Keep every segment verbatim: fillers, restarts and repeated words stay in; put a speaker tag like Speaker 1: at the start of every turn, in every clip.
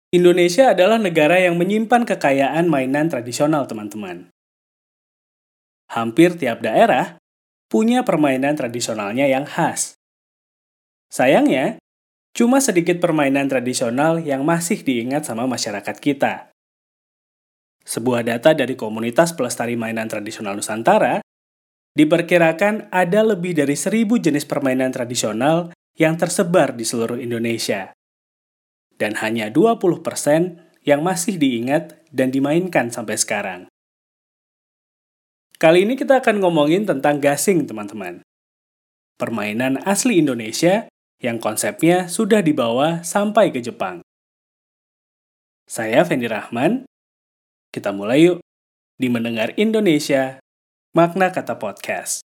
Speaker 1: Indonesia adalah negara yang menyimpan kekayaan mainan tradisional, teman-teman. Hampir tiap daerah punya permainan tradisionalnya yang khas. Sayangnya, cuma sedikit permainan tradisional yang masih diingat sama masyarakat kita. Sebuah data dari Komunitas Pelestari Mainan Tradisional Nusantara diperkirakan ada lebih dari seribu jenis permainan tradisional yang tersebar di seluruh Indonesia. Dan hanya dua puluh persen yang masih diingat dan dimainkan sampai sekarang. Kali ini kita akan ngomongin tentang gasing, teman-teman. Permainan asli Indonesia yang konsepnya sudah dibawa sampai ke Jepang. Saya Fendi Rahman. Kita mulai yuk di Mendengar Indonesia, Makna Kata Podcast.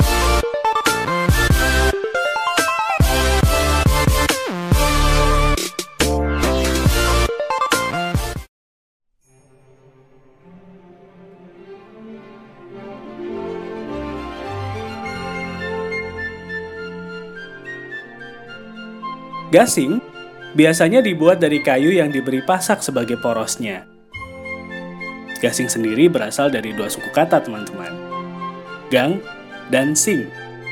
Speaker 1: Gasing biasanya dibuat dari kayu yang diberi pasak sebagai porosnya. Gasing sendiri berasal dari dua suku kata, teman-teman. Gang dan sing.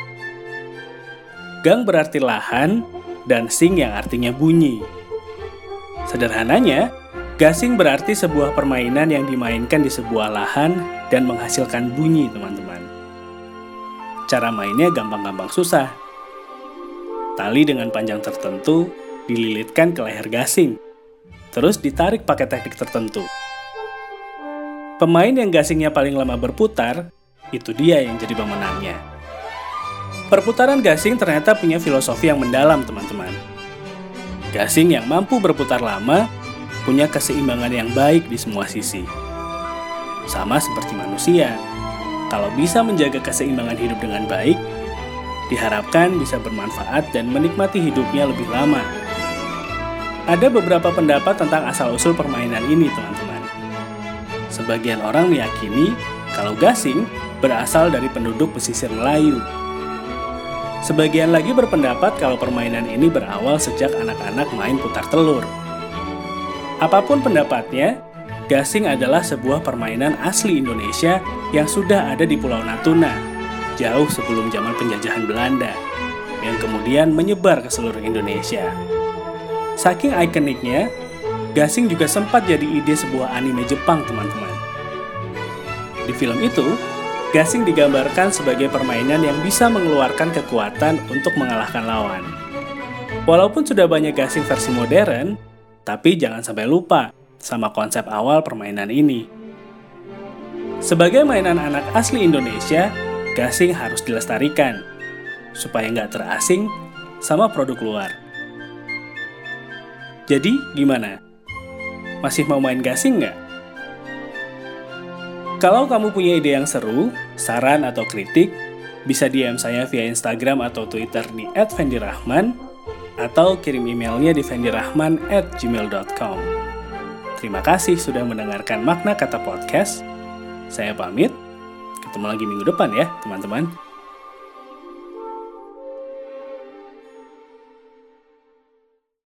Speaker 1: Gang berarti lahan, dan sing yang artinya bunyi. Sederhananya, gasing berarti sebuah permainan yang dimainkan di sebuah lahan dan menghasilkan bunyi, teman-teman. Cara mainnya gampang-gampang susah. Tali dengan panjang tertentu dililitkan ke leher gasing, terus ditarik pakai teknik tertentu. Pemain yang gasingnya paling lama berputar, itu dia yang jadi pemenangnya. Perputaran gasing ternyata punya filosofi yang mendalam, teman-teman. Gasing yang mampu berputar lama punya keseimbangan yang baik di semua sisi. Sama seperti manusia, kalau bisa menjaga keseimbangan hidup dengan baik, diharapkan bisa bermanfaat dan menikmati hidupnya lebih lama. Ada beberapa pendapat tentang asal-usul permainan ini, teman-teman. Sebagian orang meyakini kalau gasing berasal dari penduduk pesisir Melayu. Sebagian lagi berpendapat kalau permainan ini berawal sejak anak-anak main putar telur. Apapun pendapatnya, gasing adalah sebuah permainan asli Indonesia yang sudah ada di Pulau Natuna, jauh sebelum zaman penjajahan Belanda, yang kemudian menyebar ke seluruh Indonesia. Saking ikoniknya, gasing juga sempat jadi ide sebuah anime Jepang, teman-teman. Di film itu, gasing digambarkan sebagai permainan yang bisa mengeluarkan kekuatan untuk mengalahkan lawan. Walaupun sudah banyak gasing versi modern, tapi jangan sampai lupa sama konsep awal permainan ini. Sebagai mainan anak asli Indonesia, gasing harus dilestarikan, supaya nggak terasing sama produk luar. Jadi, gimana? Masih mau main gasing nggak? Kalau kamu punya ide yang seru, saran atau kritik, bisa D M saya via Instagram atau Twitter di et fendirahman, atau kirim emailnya di fendirahman at gmail dot com. Terima kasih sudah mendengarkan Makna Kata Podcast. Saya pamit. Ketemu lagi minggu depan ya, teman-teman.